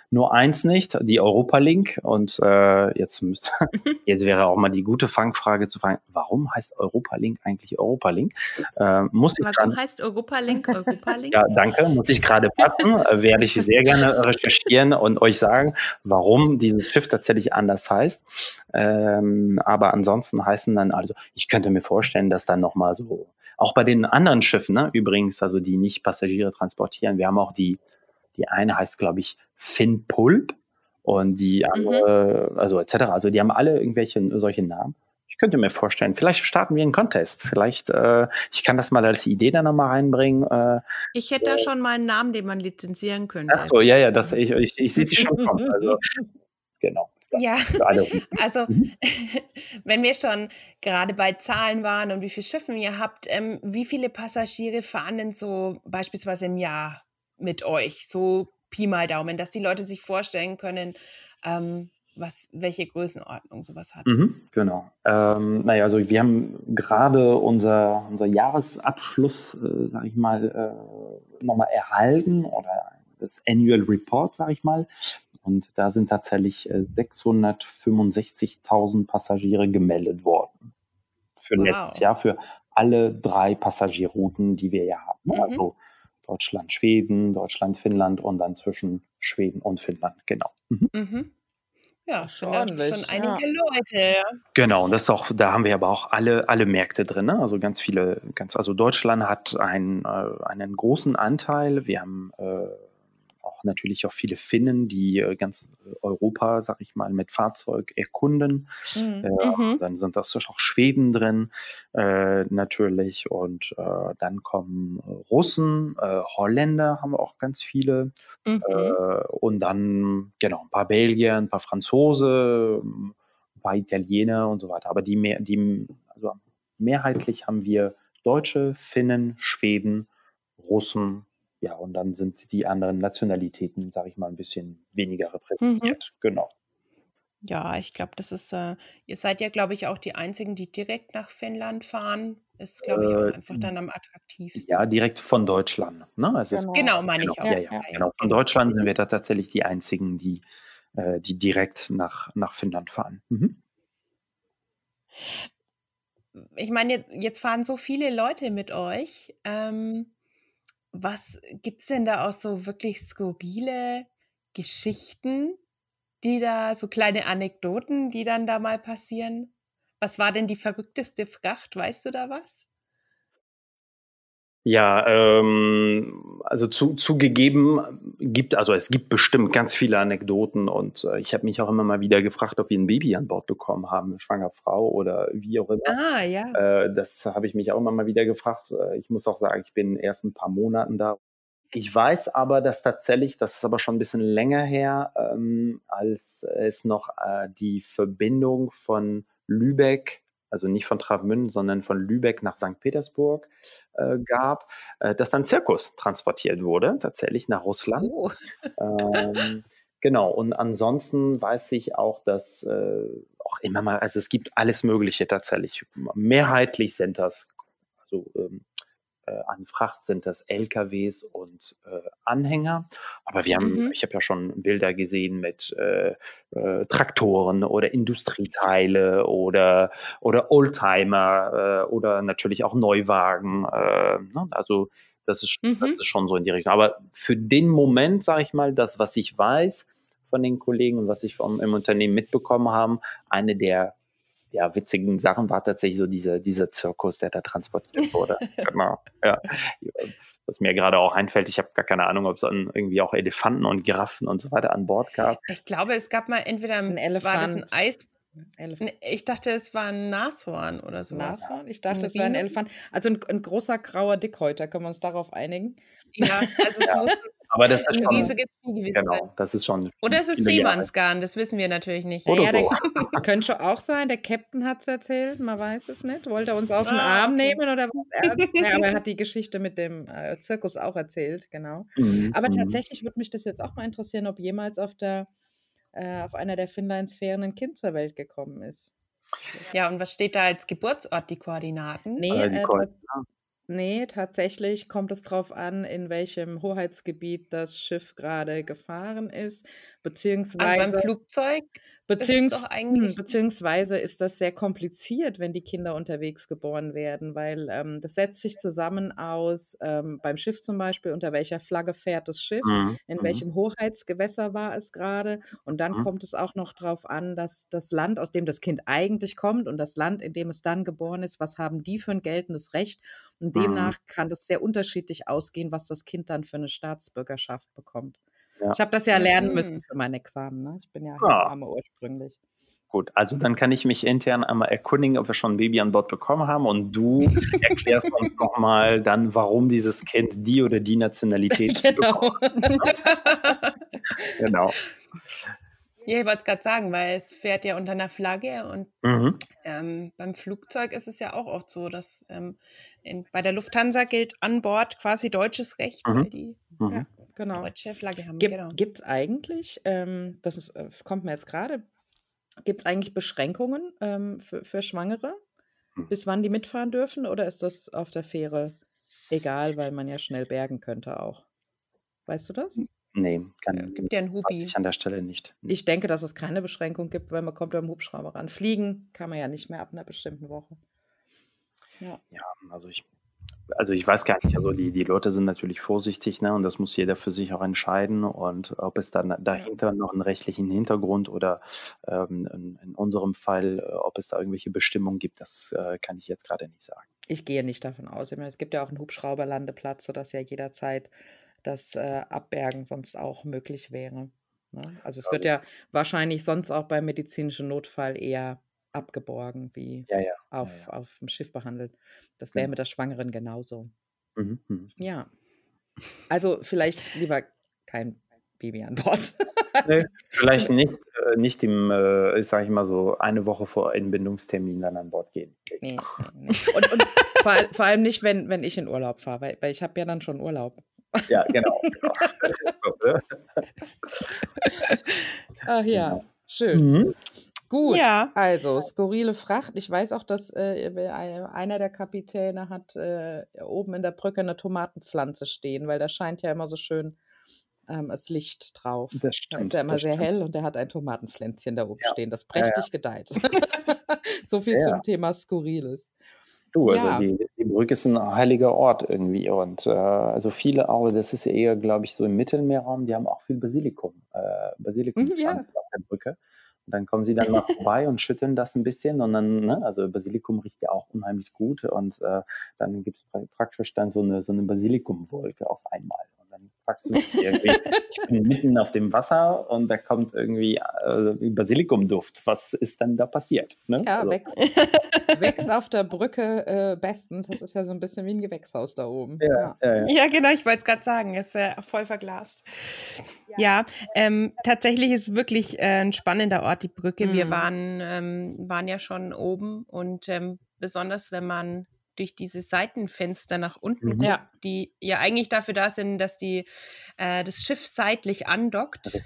Nur eins nicht, die Europa-Link. Und jetzt wäre auch mal die gute Fangfrage zu fragen, warum heißt Europa-Link eigentlich Europa-Link? Warum heißt Europa-Link Europa-Link? Ja, danke, muss ich gerade passen. Werde ich sehr gerne recherchieren und euch sagen, warum dieses Schiff tatsächlich anders heißt. Aber ansonsten heißen dann, also ich könnte mir vorstellen, dass dann nochmal so, auch bei den anderen Schiffen, ne, übrigens, also die nicht Passagiere transportieren, wir haben auch die eine heißt, glaube ich, Finnpulp und die andere, also etc. Also die haben alle irgendwelche solche Namen. Ich könnte mir vorstellen, vielleicht starten wir einen Contest. Vielleicht, ich kann das mal als Idee dann nochmal reinbringen. Ich hätte da schon mal einen Namen, den man lizenzieren könnte. Ach so, ja, ich sehe die schon kommen. Also, genau. Ja, also wenn wir schon gerade bei Zahlen waren und wie viele Schiffe ihr habt, wie viele Passagiere fahren denn so beispielsweise im Jahr mit euch? So Pi mal Daumen, dass die Leute sich vorstellen können, welche Größenordnung sowas hat. Genau. Also wir haben gerade unser Jahresabschluss, sage ich mal, nochmal erhalten oder das Annual Report, sage ich mal. Und da sind tatsächlich 665.000 Passagiere gemeldet worden. Für letztes Jahr, für alle 3 Passagierrouten, die wir ja haben. Also Deutschland, Schweden, Deutschland, Finnland und dann zwischen Schweden und Finnland, genau. Ja, schon einige Leute. Ja. Genau, und das ist auch, da haben wir aber auch alle Märkte drin, ne? Also ganz viele, also Deutschland hat einen großen Anteil. Wir haben auch natürlich auch viele Finnen, die ganz Europa, sag ich mal, mit Fahrzeug erkunden. Dann sind das auch Schweden drin, natürlich. Und dann kommen Russen, Holländer haben wir auch ganz viele. Und dann, genau, ein paar Belgier, ein paar Franzose, ein paar Italiener und so weiter. Aber also mehrheitlich haben wir Deutsche, Finnen, Schweden, Russen. Ja, und dann sind die anderen Nationalitäten, sage ich mal, ein bisschen weniger repräsentiert. Genau. Ja, ich glaube, das ist, ihr seid ja, glaube ich, auch die Einzigen, die direkt nach Finnland fahren. Ist, glaube ich, auch einfach dann am attraktivsten. Ja, direkt von Deutschland. Ne? Genau, meine ich auch. Ja, genau. Von Deutschland sind wir da tatsächlich die Einzigen, die direkt nach Finnland fahren. Ich meine, jetzt fahren so viele Leute mit euch. Was gibt es denn da auch so wirklich skurrile Geschichten, die da, so kleine Anekdoten, die dann da mal passieren? Was war denn die verrückteste Fracht? Weißt du da was? Ja, also zugegeben es gibt bestimmt ganz viele Anekdoten und ich habe mich auch immer mal wieder gefragt, ob wir ein Baby an Bord bekommen haben, eine schwangere Frau oder wie auch immer. Ja. Das habe ich mich auch immer mal wieder gefragt. Ich muss auch sagen, ich bin erst ein paar Monaten da. Ich weiß aber, dass tatsächlich, das ist aber schon ein bisschen länger her, als es noch die Verbindung von Lübeck, also nicht von Travemünde, sondern von Lübeck nach St. Petersburg gab, dass dann Zirkus transportiert wurde, tatsächlich nach Russland. Oh. Genau, und ansonsten weiß ich auch, dass auch immer mal, also es gibt alles Mögliche tatsächlich. Mehrheitlich sind das, also an Fracht sind das LKWs und Anhänger. Aber ich habe ja schon Bilder gesehen mit Traktoren oder Industrieteile oder Oldtimer oder natürlich auch Neuwagen. Ne? Also das ist schon so in die Richtung. Aber für den Moment, sage ich mal, das, was ich weiß von den Kollegen und was ich im Unternehmen mitbekommen habe, eine der witzigen Sachen war tatsächlich so dieser Zirkus, der da transportiert wurde. Genau. Ja. Was mir gerade auch einfällt, ich habe gar keine Ahnung, ob es dann irgendwie auch Elefanten und Giraffen und so weiter an Bord gab. Ich glaube, es gab mal entweder ein Elefant. War das ein Eis? Ich dachte, es war ein Nashorn oder so. Nashorn? Ich dachte, es war ein Elefant. Also ein großer grauer Dickhäuter, können wir uns darauf einigen? Ja, also es muss aber das ist ein riesiges Vieh gewesen sein. Genau, das ist schon. Oder es ist Seemannsgarn, das wissen wir natürlich nicht. Oder so. Könnte schon auch sein, der Captain hat es erzählt, man weiß es nicht. Wollte er uns auf den Arm nehmen oder was? Aber er hat die Geschichte mit dem Zirkus auch erzählt, genau. Aber tatsächlich würde mich das jetzt auch mal interessieren, ob jemals auf einer der Finnlandsfähren ein Kind zur Welt gekommen ist. Ja, und was steht da als Geburtsort, die Koordinaten? Nee, Nee, tatsächlich kommt es drauf an, in welchem Hoheitsgebiet das Schiff gerade gefahren ist, Also beim beziehungsweise Flugzeug ist es doch eigentlich. beziehungsweise ist das sehr kompliziert, wenn die Kinder unterwegs geboren werden, weil das setzt sich zusammen aus, beim Schiff zum Beispiel, unter welcher Flagge fährt das Schiff, in welchem Hoheitsgewässer war es gerade. Und dann kommt es auch noch drauf an, dass das Land, aus dem das Kind eigentlich kommt und das Land, in dem es dann geboren ist, was haben die für ein geltendes Recht? Und demnach kann das sehr unterschiedlich ausgehen, was das Kind dann für eine Staatsbürgerschaft bekommt. Ja. Ich habe das ja lernen müssen für mein Examen. Ne? Ich bin ja Hebamme ursprünglich. Gut, also dann kann ich mich intern einmal erkundigen, ob wir schon ein Baby an Bord bekommen haben, und du erklärst uns nochmal dann, warum dieses Kind die oder die Nationalität bekommt. Genau. Ja, ich wollte es gerade sagen, weil es fährt ja unter einer Flagge und beim Flugzeug ist es ja auch oft so, dass bei der Lufthansa gilt an Bord quasi deutsches Recht, weil die Genau. deutsche Flagge haben. Gibt es eigentlich, kommt mir jetzt gerade, gibt es eigentlich Beschränkungen für Schwangere, bis wann die mitfahren dürfen, oder ist das auf der Fähre egal, weil man ja schnell bergen könnte auch? Weißt du das? Nee, gibt ja einen Hubi. Weiß ich an der Stelle nicht. Ich denke, dass es keine Beschränkung gibt, weil man kommt beim Hubschrauber ran. Fliegen kann man ja nicht mehr ab einer bestimmten Woche. Ja, also ich weiß gar nicht, also die Leute sind natürlich vorsichtig, ne, und das muss jeder für sich auch entscheiden, und ob es dann dahinter noch einen rechtlichen Hintergrund oder in unserem Fall, ob es da irgendwelche Bestimmungen gibt, das kann ich jetzt gerade nicht sagen. Ich gehe nicht davon aus. Ich meine, es gibt ja auch einen Hubschrauberlandeplatz, sodass ja jederzeit das Abbergen sonst auch möglich wäre. Ne? Also es wird ja wahrscheinlich sonst auch beim medizinischen Notfall eher abgeborgen, wie auf dem Schiff behandelt. Das wäre mit der Schwangeren genauso. Ja. Also vielleicht lieber kein Baby an Bord. Nee, vielleicht nicht im, ich sage mal so, eine Woche vor Entbindungstermin dann an Bord gehen. Nee. Und vor allem nicht, wenn ich in Urlaub fahre, weil ich habe ja dann schon Urlaub. Ja, genau. Das ist so, ne? Ach ja, schön. Gut, Ja. also skurrile Fracht. Ich weiß auch, dass einer der Kapitäne hat oben in der Brücke eine Tomatenpflanze stehen, weil da scheint ja immer so schön das Licht drauf. Das stimmt. Da ist ja immer sehr hell, und der hat ein Tomatenpflänzchen da oben stehen, das prächtig gedeiht. So viel zum Thema Skurriles. Du, also die Brücke ist ein heiliger Ort irgendwie, und also viele auch, das ist ja eher, glaube ich, so im Mittelmeerraum, die haben auch viel Basilikumpflanzen auf der Brücke. Und dann kommen sie dann mal vorbei und schütteln das ein bisschen, und dann, ne, also Basilikum riecht ja auch unheimlich gut, und dann gibt es praktisch dann so eine Basilikumwolke auf einmal. Und dann fragst du dich irgendwie, ich bin mitten auf dem Wasser und da kommt irgendwie Basilikumduft. Was ist denn da passiert? Ne? Ja, also, wächst auf der Brücke bestens. Das ist ja so ein bisschen wie ein Gewächshaus da oben. Ja, genau, ich wollte es gerade sagen, ist voll verglast. Ja, tatsächlich ist es wirklich ein spannender Ort, die Brücke. Wir waren ja schon oben, und besonders wenn man durch diese Seitenfenster nach unten guckt, die ja eigentlich dafür da sind, dass das Schiff seitlich andockt,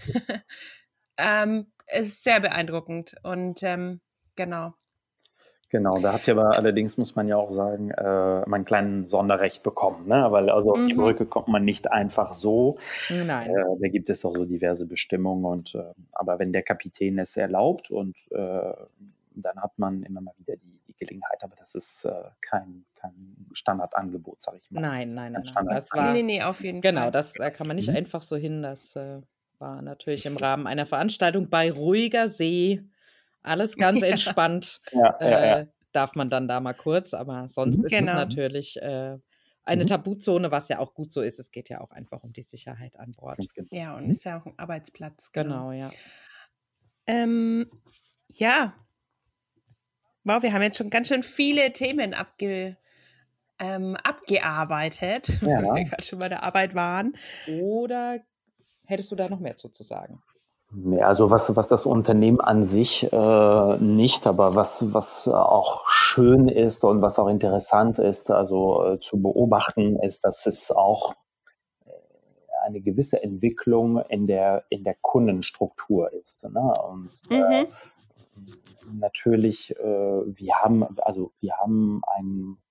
ist sehr beeindruckend. Und genau. Genau, da habt ihr aber allerdings, muss man ja auch sagen, mal einen kleinen Sonderrecht bekommen, ne? Weil also auf die Brücke kommt man nicht einfach so. Nein. Da gibt es auch so diverse Bestimmungen, und aber wenn der Kapitän es erlaubt, und dann hat man immer mal wieder die Gelegenheit, aber das ist kein Standardangebot, sage ich mal. Nein. Das war, nee, auf jeden Fall. Genau, da kann man nicht einfach so hin. Das war natürlich im Rahmen einer Veranstaltung bei ruhiger See. Alles ganz entspannt. Darf man dann da mal kurz, aber sonst ist es natürlich eine Tabuzone, was ja auch gut so ist. Es geht ja auch einfach um die Sicherheit an Bord. Ja, und ist ja auch ein Arbeitsplatz. Genau, ja. Ja. Wow, wir haben jetzt schon ganz schön viele Themen abgearbeitet, weil wir gerade schon bei der Arbeit waren. Oder hättest du da noch mehr zu sagen? Nee, also was das Unternehmen an sich nicht, aber was auch schön ist und was auch interessant ist, also zu beobachten, ist, dass es auch eine gewisse Entwicklung in der Kundenstruktur ist. Ne? Und natürlich, wir haben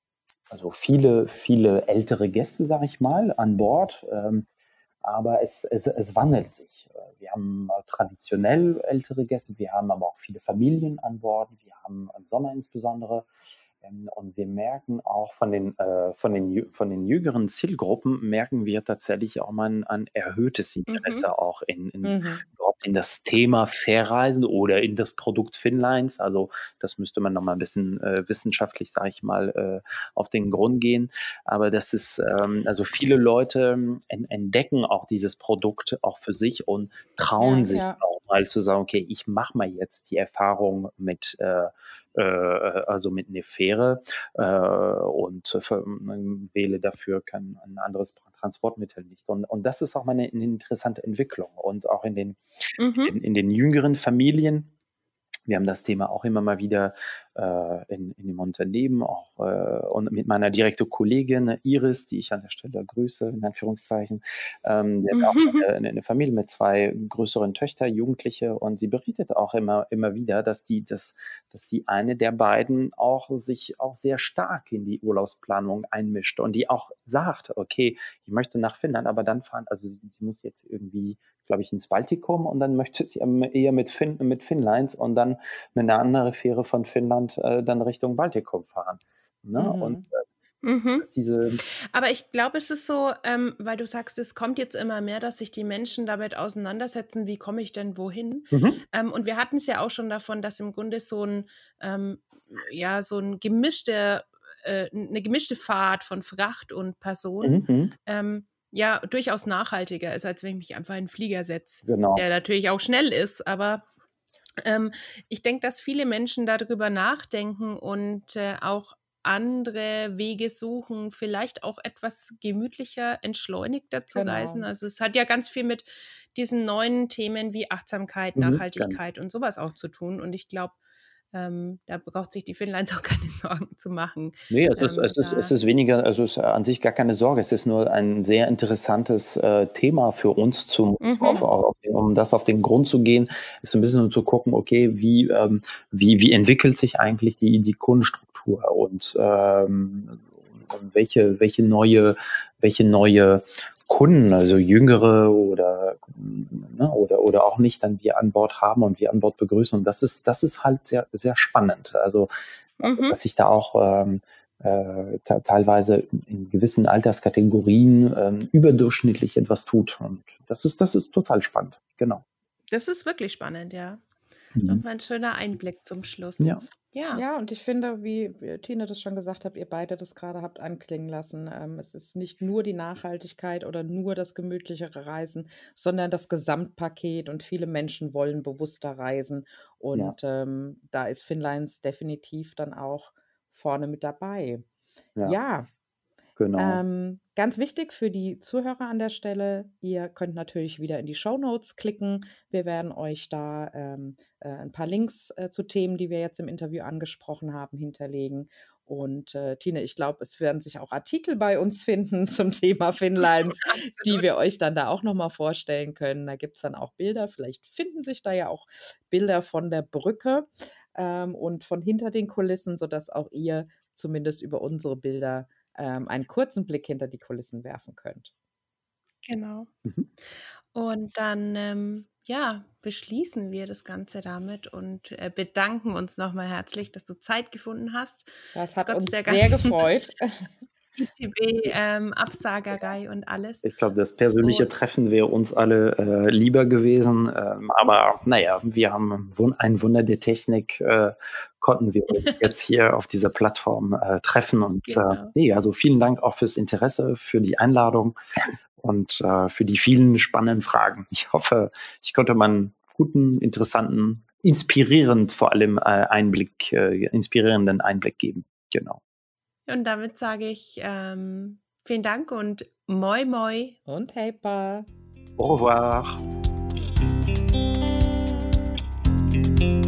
also viele ältere Gäste, sage ich mal, an Bord. Aber es wandelt sich. Wir haben traditionell ältere Gäste, wir haben aber auch viele Familien an Bord, wir haben im Sommer insbesondere. Und wir merken auch von den jüngeren Zielgruppen, merken wir tatsächlich auch mal ein erhöhtes Interesse auch überhaupt in das Thema Fährreisen oder in das Produkt Finnlines. Also das müsste man nochmal ein bisschen wissenschaftlich, sage ich mal, auf den Grund gehen. Aber das ist, also viele Leute entdecken auch dieses Produkt auch für sich und trauen sich auch mal zu sagen, okay, ich mache mal jetzt die Erfahrung mit einer Fähre und wähle dafür ein anderes Transportmittel nicht. Und das ist auch mal eine interessante Entwicklung. Und auch in den jüngeren Familien, wir haben das Thema auch immer mal wieder in dem Unternehmen, auch und mit meiner direkten Kollegin Iris, die ich an der Stelle grüße, in Anführungszeichen. Die hat auch eine Familie mit 2 größeren Töchtern, Jugendliche, und sie berichtet auch immer wieder, dass die eine der beiden auch sich auch sehr stark in die Urlaubsplanung einmischt und die auch sagt, okay, ich möchte nach Finnland, aber dann fahren, also sie muss jetzt irgendwie, glaube ich, ins Baltikum und dann möchte sie eher mit Finnlines und dann mit einer anderen Fähre von Finnland dann Richtung Baltikum fahren. Ne? Und aber ich glaube, es ist so, weil du sagst, es kommt jetzt immer mehr, dass sich die Menschen damit auseinandersetzen, wie komme ich denn wohin? Und wir hatten es ja auch schon davon, dass im Grunde so eine gemischte Fahrt von Fracht und Personen durchaus nachhaltiger ist, als wenn ich mich einfach in einen Flieger setze, der natürlich auch schnell ist, aber ich denke, dass viele Menschen darüber nachdenken und auch andere Wege suchen, vielleicht auch etwas gemütlicher, entschleunigter zu reisen. Also es hat ja ganz viel mit diesen neuen Themen wie Achtsamkeit, Nachhaltigkeit und sowas auch zu tun. Und ich glaube, da braucht sich die Finnlines auch keine Sorgen zu machen. Nee, es ist weniger, also es ist an sich gar keine Sorge. Es ist nur ein sehr interessantes Thema für uns, um das auf den Grund zu gehen, ist ein bisschen zu gucken, okay, wie entwickelt sich eigentlich die Kundenstruktur und welche neue Kunden, also jüngere oder auch nicht, dann wir an Bord haben und wir an Bord begrüßen. Und das ist halt sehr, sehr spannend. Also, dass sich da auch teilweise in gewissen Alterskategorien überdurchschnittlich etwas tut. Und das ist total spannend. Genau. Das ist wirklich spannend, ja. Nochmal ein schöner Einblick zum Schluss. Ja, und ich finde, wie Tine das schon gesagt hat, ihr beide das gerade habt anklingen lassen, es ist nicht nur die Nachhaltigkeit oder nur das gemütlichere Reisen, sondern das Gesamtpaket, und viele Menschen wollen bewusster reisen, und da ist Finnlines definitiv dann auch vorne mit dabei. Ja. Genau. Ganz wichtig für die Zuhörer an der Stelle, ihr könnt natürlich wieder in die Shownotes klicken. Wir werden euch da ein paar Links zu Themen, die wir jetzt im Interview angesprochen haben, hinterlegen. Und Tine, ich glaube, es werden sich auch Artikel bei uns finden zum Thema Finnlines, die wir euch dann da auch nochmal vorstellen können. Da gibt es dann auch Bilder. Vielleicht finden sich da ja auch Bilder von der Brücke und von hinter den Kulissen, sodass auch ihr zumindest über unsere Bilder einen kurzen Blick hinter die Kulissen werfen könnt. Genau. Und dann, beschließen wir das Ganze damit und bedanken uns nochmal herzlich, dass du Zeit gefunden hast. Das hat uns sehr gefreut. ITB-Absagerei und alles. Ich glaube, das persönliche Treffen wäre uns alle lieber gewesen. Aber naja, wir haben ein Wunder der Technik, konnten wir uns jetzt hier auf dieser Plattform treffen. Und also vielen Dank auch fürs Interesse, für die Einladung und für die vielen spannenden Fragen. Ich hoffe, ich konnte mal einen guten, interessanten, inspirierenden Einblick geben. Genau. Und damit sage ich vielen Dank und moi moi. Und heippa. Au revoir.